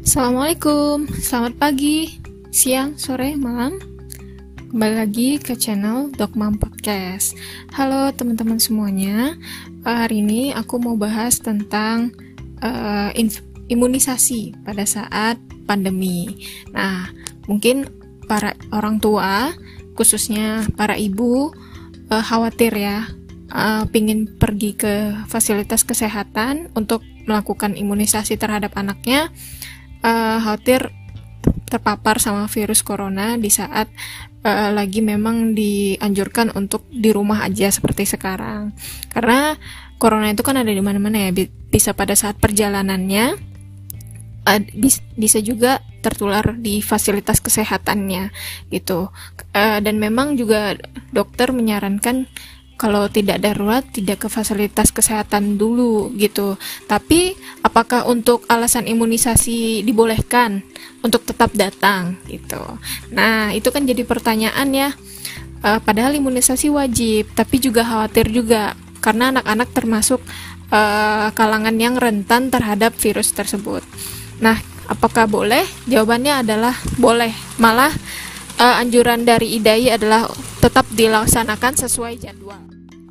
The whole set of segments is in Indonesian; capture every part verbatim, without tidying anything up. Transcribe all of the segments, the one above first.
Assalamualaikum, selamat pagi, siang, sore, malam. Kembali lagi ke channel Dokmam Podcast. Halo teman-teman semuanya. Hari ini aku mau bahas tentang uh, inf- imunisasi pada saat pandemi. Nah, mungkin para orang tua, khususnya para ibu, uh, khawatir ya, uh, pingin pergi ke fasilitas kesehatan untuk melakukan imunisasi terhadap anaknya. Uh, khawatir terpapar sama virus corona di saat uh, lagi memang dianjurkan untuk di rumah aja seperti sekarang. Karena corona itu kan ada di mana-mana ya, bisa pada saat perjalanannya, uh, bis, bisa juga tertular di fasilitas kesehatannya gitu. Uh, dan memang juga dokter menyarankan kalau tidak darurat, tidak ke fasilitas kesehatan dulu gitu. Tapi apakah untuk alasan imunisasi dibolehkan untuk tetap datang gitu? Nah, itu kan jadi pertanyaan ya. Uh, padahal imunisasi wajib, tapi juga khawatir juga karena anak-anak termasuk uh, kalangan yang rentan terhadap virus tersebut. Nah, apakah boleh? Jawabannya adalah boleh. Malah uh, anjuran dari I D A I adalah tetap dilaksanakan sesuai jadwal.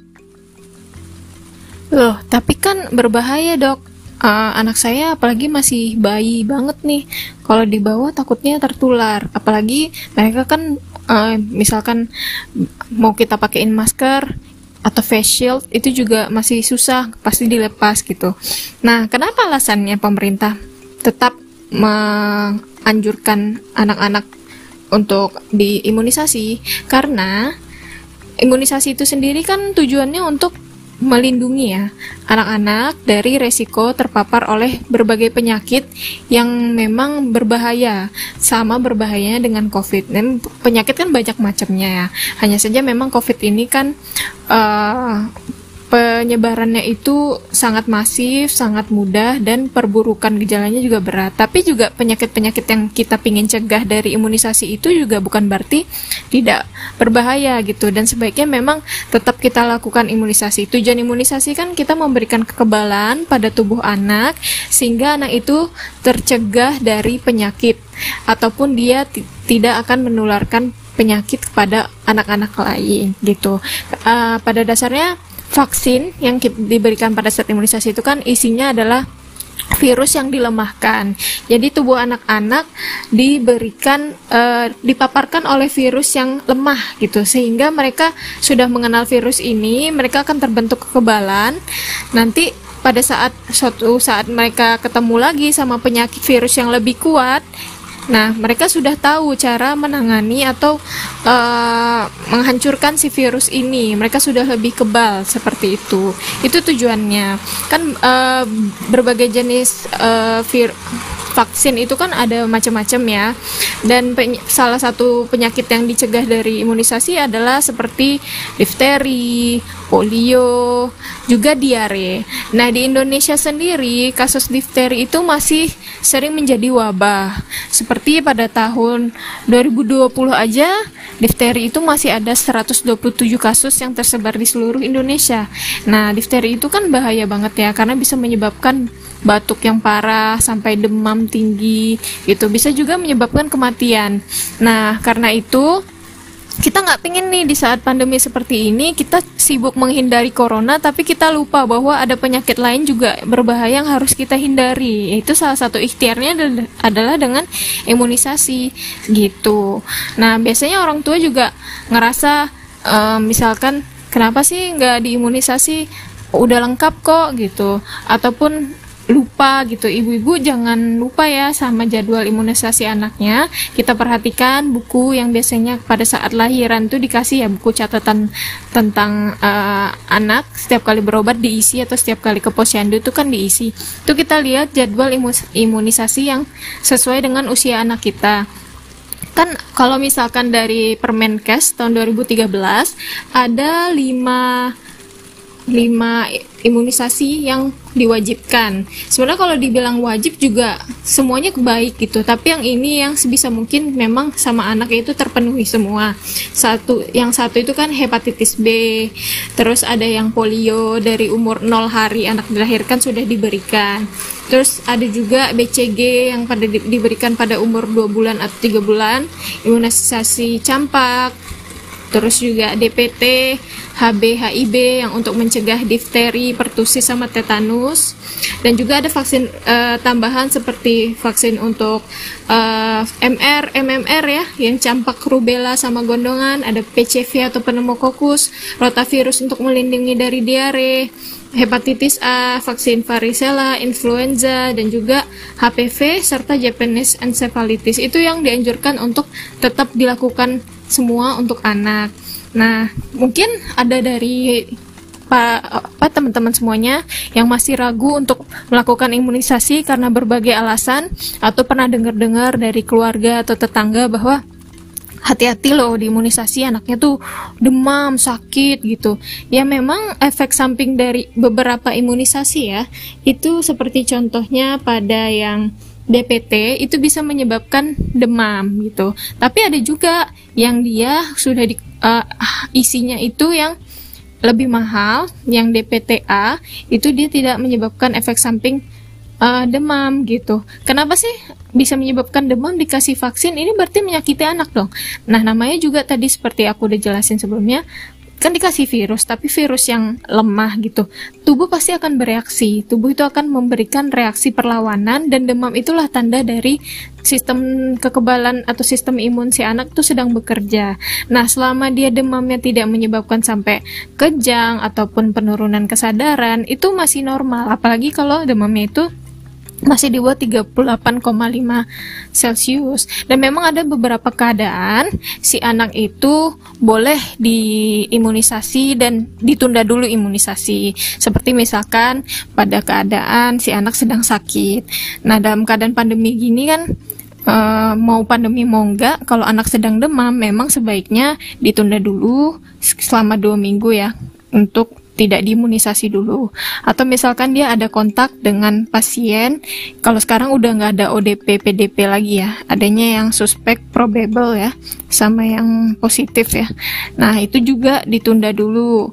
Loh, tapi kan berbahaya dok. Uh, anak saya apalagi masih bayi banget nih. Kalau dibawa takutnya tertular. Apalagi mereka kan uh, misalkan mau kita pakein masker atau face shield itu juga masih susah, pasti dilepas gitu. Nah, kenapa alasannya pemerintah tetap menganjurkan anak-anak untuk diimunisasi? Karena imunisasi itu sendiri kan tujuannya untuk melindungi ya anak-anak dari resiko terpapar oleh berbagai penyakit yang memang berbahaya, sama berbahayanya dengan COVID. Dan penyakit kan banyak macamnya ya. Hanya saja memang COVID ini kan uh, penyebarannya itu sangat masif, sangat mudah, dan perburukan gejalanya juga berat. Tapi juga penyakit-penyakit yang kita pingin cegah dari imunisasi itu juga bukan berarti tidak berbahaya gitu. Dan sebaiknya memang tetap kita lakukan imunisasi. Tujuan imunisasi kan kita memberikan kekebalan pada tubuh anak sehingga anak itu tercegah dari penyakit ataupun dia t- tidak akan menularkan penyakit kepada anak-anak lain gitu. Uh, pada dasarnya vaksin yang diberikan pada saat imunisasi itu kan isinya adalah virus yang dilemahkan. Jadi tubuh anak-anak diberikan e, dipaparkan oleh virus yang lemah gitu, sehingga mereka sudah mengenal virus ini, mereka akan terbentuk kekebalan. Nanti pada saat suatu saat mereka ketemu lagi sama penyakit virus yang lebih kuat, nah, mereka sudah tahu cara menangani atau uh, menghancurkan si virus ini. Mereka sudah lebih kebal seperti itu. Itu tujuannya. Kan uh, berbagai jenis uh, vir- vaksin itu kan ada macam-macam ya. Dan peny- salah satu penyakit yang dicegah dari imunisasi adalah seperti difteri, polio, juga diare. Nah, di Indonesia sendiri kasus difteri itu masih sering menjadi wabah. Seperti pada tahun dua ribu dua puluh aja, difteri itu masih ada seratus dua puluh tujuh kasus yang tersebar di seluruh Indonesia. Nah, difteri itu kan bahaya banget ya, karena bisa menyebabkan batuk yang parah sampai demam tinggi gitu, bisa juga menyebabkan kematian. Nah, karena itu kita nggak pengen nih di saat pandemi seperti ini kita sibuk menghindari corona, tapi kita lupa bahwa ada penyakit lain juga berbahaya yang harus kita hindari. Itu salah satu ikhtiarnya adalah dengan imunisasi gitu. Nah, biasanya orang tua juga ngerasa um, misalkan kenapa sih nggak diimunisasi, udah lengkap kok gitu, ataupun lupa gitu. Ibu-ibu jangan lupa ya sama jadwal imunisasi anaknya. Kita perhatikan buku yang biasanya pada saat lahiran tuh dikasih ya, buku catatan tentang uh, anak, setiap kali berobat diisi, atau setiap kali ke posyandu itu kan diisi. Itu kita lihat jadwal imus- imunisasi yang sesuai dengan usia anak kita. Kan kalau misalkan dari Permenkes tahun dua ribu tiga belas ada lima lima imunisasi yang diwajibkan. Sebenarnya kalau dibilang wajib juga semuanya baik gitu, tapi yang ini yang sebisa mungkin memang sama anak itu terpenuhi semua. Satu, yang satu itu kan hepatitis B, terus ada yang polio dari umur nol hari anak dilahirkan sudah diberikan. Terus ada juga B C G yang pada di, diberikan pada umur dua bulan atau tiga bulan, imunisasi campak, terus juga D P T, H B, H I V yang untuk mencegah difteri, pertusis, sama tetanus. Dan juga ada vaksin uh, tambahan seperti vaksin untuk uh, M R, M M R ya, yang campak, rubella, sama gondongan. Ada P C V atau pneumococcus, rotavirus untuk melindungi dari diare, hepatitis A, vaksin varicella, influenza, dan juga H P V serta Japanese encephalitis. Itu yang dianjurkan untuk tetap dilakukan semua untuk anak. Nah, mungkin ada dari apa teman-teman semuanya yang masih ragu untuk melakukan imunisasi karena berbagai alasan, atau pernah dengar-dengar dari keluarga atau tetangga bahwa hati-hati loh di imunisasi, anaknya tuh demam, sakit gitu. Ya memang efek samping dari beberapa imunisasi ya, itu seperti contohnya pada yang D P T itu bisa menyebabkan demam gitu. Tapi ada juga yang dia sudah di, uh, isinya itu yang lebih mahal, yang D P T A itu dia tidak menyebabkan efek samping uh, demam gitu. Kenapa sih bisa menyebabkan demam dikasih vaksin? Ini berarti menyakiti anak dong. Nah, namanya juga tadi seperti aku udah jelasin sebelumnya, kan dikasih virus, tapi virus yang lemah gitu. Tubuh pasti akan bereaksi. Tubuh itu akan memberikan reaksi perlawanan, dan demam itulah tanda dari sistem kekebalan atau sistem imun si anak itu sedang bekerja. Nah, selama dia demamnya tidak menyebabkan sampai kejang ataupun penurunan kesadaran, itu masih normal. Apalagi kalau demamnya itu masih di bawah tiga puluh delapan koma lima Celcius. Dan memang ada beberapa keadaan si anak itu boleh diimunisasi dan ditunda dulu imunisasi. Seperti misalkan pada keadaan si anak sedang sakit. Nah, dalam keadaan pandemi gini kan, Uh, mau pandemi mau enggak, kalau anak sedang demam memang sebaiknya ditunda dulu selama dua minggu ya, untuk tidak diimunisasi dulu. Atau misalkan dia ada kontak dengan pasien, kalau sekarang udah nggak ada O D P, P D P lagi ya, adanya yang suspek, probable ya, sama yang positif ya. Nah, itu juga ditunda dulu.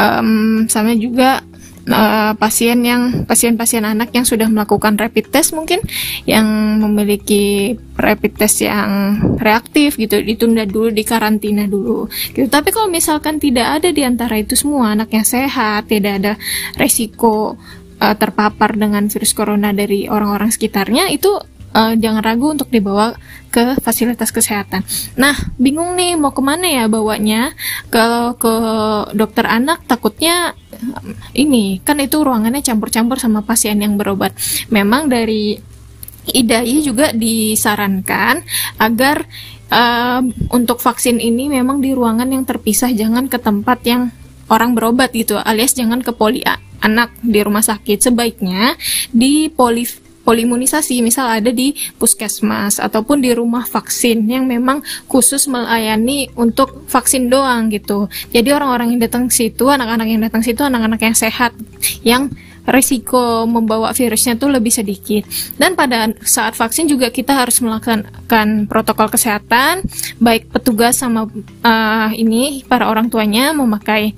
Um, sama juga Uh, pasien yang pasien-pasien anak yang sudah melakukan rapid test, mungkin yang memiliki rapid test yang reaktif gitu, ditunda dulu, dikarantina dulu gitu. Tapi kalau misalkan tidak ada di antara itu semua, anaknya sehat, tidak ada resiko uh, terpapar dengan virus corona dari orang-orang sekitarnya, itu Uh, jangan ragu untuk dibawa ke fasilitas kesehatan. Nah, bingung nih mau kemana ya bawanya? Kalau ke dokter anak takutnya um, ini kan itu ruangannya campur-campur sama pasien yang berobat. Memang dari I D A I juga disarankan agar uh, untuk vaksin ini memang di ruangan yang terpisah, jangan ke tempat yang orang berobat gitu, alias jangan ke poli anak di rumah sakit. Sebaiknya di poli poliimunisasi, misal ada di puskesmas ataupun di rumah vaksin yang memang khusus melayani untuk vaksin doang gitu. Jadi orang-orang yang datang ke situ, anak-anak yang datang ke situ, anak-anak yang sehat, yang risiko membawa virusnya tuh lebih sedikit. Dan pada saat vaksin juga kita harus melakukan protokol kesehatan, baik petugas sama uh, ini para orang tuanya memakai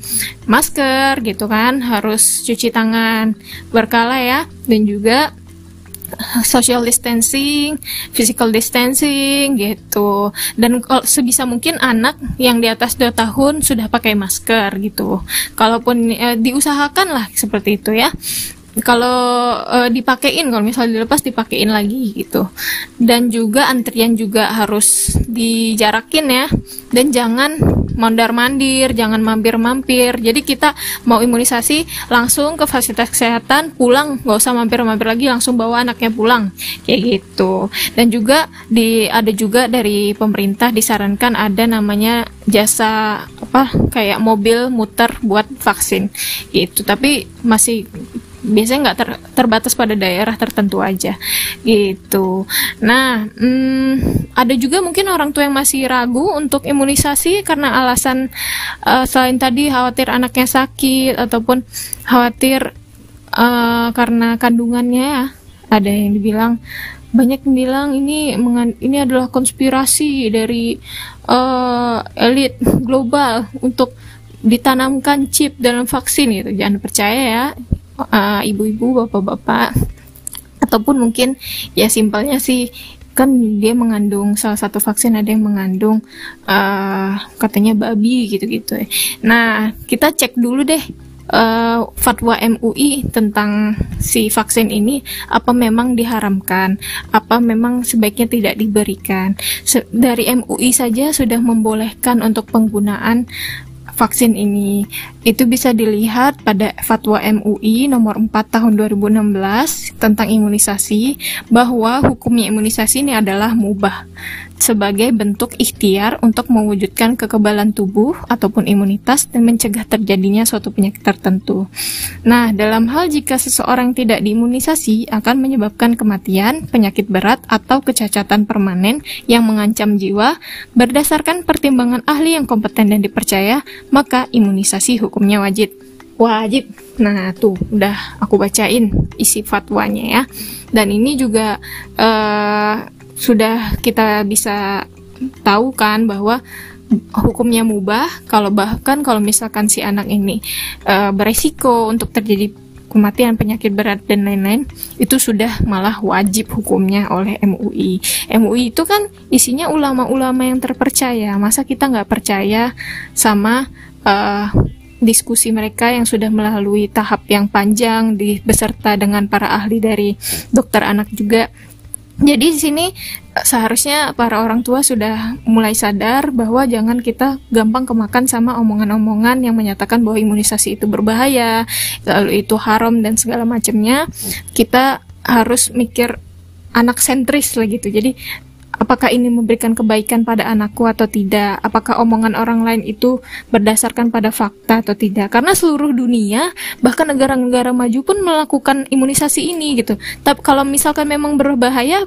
masker gitu kan, harus cuci tangan berkala ya, dan juga social distancing, physical distancing gitu. Dan kalau sebisa mungkin anak yang di atas dua tahun sudah pakai masker gitu. Kalaupun eh, diusahakan lah seperti itu ya. Kalau eh, dipakein, kalau misalnya dilepas dipakein lagi gitu. Dan juga antrian juga harus dijarakin ya. Dan jangan mondar-mandir, jangan mampir-mampir. Jadi kita mau imunisasi langsung ke fasilitas kesehatan, pulang, nggak usah mampir-mampir lagi, langsung bawa anaknya pulang, kayak gitu. Dan juga di ada juga dari pemerintah disarankan ada namanya jasa apa kayak mobil muter buat vaksin gitu. Tapi masih biasanya nggak ter, terbatas pada daerah tertentu aja gitu. Nah, hmm, ada juga mungkin orang tua yang masih ragu untuk imunisasi karena alasan uh, selain tadi khawatir anaknya sakit ataupun khawatir uh, karena kandungannya ya. Ada yang dibilang, banyak yang bilang ini ini adalah konspirasi dari uh, elit global untuk ditanamkan chip dalam vaksin gitu. Jangan percaya ya, uh, ibu-ibu, bapak-bapak, ataupun mungkin ya simpelnya sih kan dia mengandung, salah satu vaksin ada yang mengandung uh, katanya babi gitu-gitu. Nah, kita cek dulu deh Uh, fatwa M U I tentang si vaksin ini, apa memang diharamkan, apa memang sebaiknya tidak diberikan. Se- dari M U I saja sudah membolehkan untuk penggunaan vaksin ini. Itu bisa dilihat pada fatwa M U I nomor empat tahun dua ribu enam belas tentang imunisasi, bahwa hukumnya imunisasi ini adalah mubah sebagai bentuk ikhtiar untuk mewujudkan kekebalan tubuh ataupun imunitas dan mencegah terjadinya suatu penyakit tertentu. Nah, dalam hal jika seseorang tidak diimunisasi akan menyebabkan kematian, penyakit berat, atau kecacatan permanen yang mengancam jiwa, berdasarkan pertimbangan ahli yang kompeten dan dipercaya, maka imunisasi hukumnya wajib. Wajib. Nah, tuh udah aku bacain isi fatwanya ya. Dan ini juga uh, sudah kita bisa tahu kan bahwa hukumnya mubah kalau bahkan kalau misalkan si anak ini uh, beresiko untuk terjadi kematian, penyakit berat dan lain-lain, itu sudah malah wajib hukumnya oleh M U I. M U I itu kan isinya ulama-ulama yang terpercaya. Masa kita nggak percaya sama uh, diskusi mereka yang sudah melalui tahap yang panjang di, beserta dengan para ahli dari dokter anak juga. Jadi di sini seharusnya para orang tua sudah mulai sadar bahwa jangan kita gampang kemakan sama omongan-omongan yang menyatakan bahwa imunisasi itu berbahaya, lalu itu haram dan segala macamnya. Kita harus mikir anak sentris lah gitu. Jadi apakah ini memberikan kebaikan pada anakku atau tidak? Apakah omongan orang lain itu berdasarkan pada fakta atau tidak? Karena seluruh dunia, bahkan negara-negara maju pun melakukan imunisasi ini gitu. Tapi kalau misalkan memang berbahaya,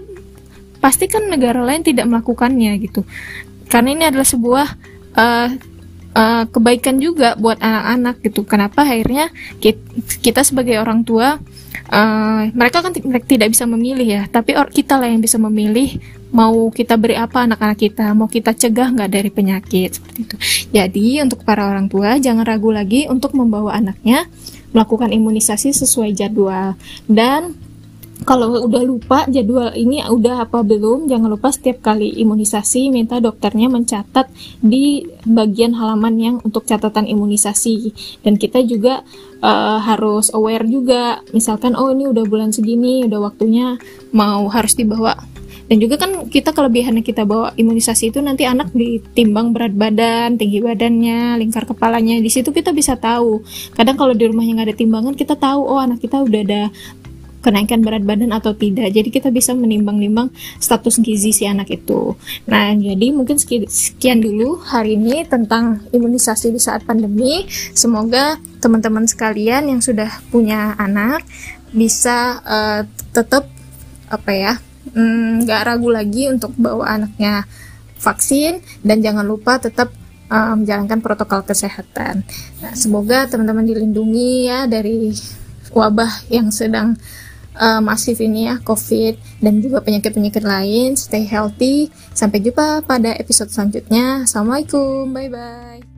pasti kan negara lain tidak melakukannya gitu. Karena ini adalah sebuah uh, uh, kebaikan juga buat anak-anak gitu. Kenapa akhirnya kita sebagai orang tua, uh, mereka kan t- tidak bisa memilih ya, tapi or- kita lah yang bisa memilih mau kita beri apa anak-anak kita, mau kita cegah nggak dari penyakit seperti itu. Jadi untuk para orang tua jangan ragu lagi untuk membawa anaknya melakukan imunisasi sesuai jadwal. Dan kalau udah lupa jadwal ini udah apa belum, jangan lupa setiap kali imunisasi minta dokternya mencatat di bagian halaman yang untuk catatan imunisasi. Dan kita juga uh, harus aware juga, misalkan oh ini udah bulan segini, udah waktunya mau harus dibawa. Dan juga kan kita kelebihannya kita bawa imunisasi itu nanti anak ditimbang berat badan, tinggi badannya, lingkar kepalanya. Di situ kita bisa tahu. Kadang kalau di rumahnya nggak ada timbangan, kita tahu oh anak kita udah ada kenaikan berat badan atau tidak. Jadi kita bisa menimbang-nimbang status gizi si anak itu. Nah, jadi mungkin sekian dulu hari ini tentang imunisasi di saat pandemi. Semoga teman-teman sekalian yang sudah punya anak bisa uh, tetap apa ya, nggak mm, ragu lagi untuk bawa anaknya vaksin, dan jangan lupa tetap uh, menjalankan protokol kesehatan. Nah, semoga teman-teman dilindungi ya dari wabah yang sedang uh, masif ini ya, COVID dan juga penyakit-penyakit lain. Stay healthy. Sampai jumpa pada episode selanjutnya. Assalamualaikum. Bye bye.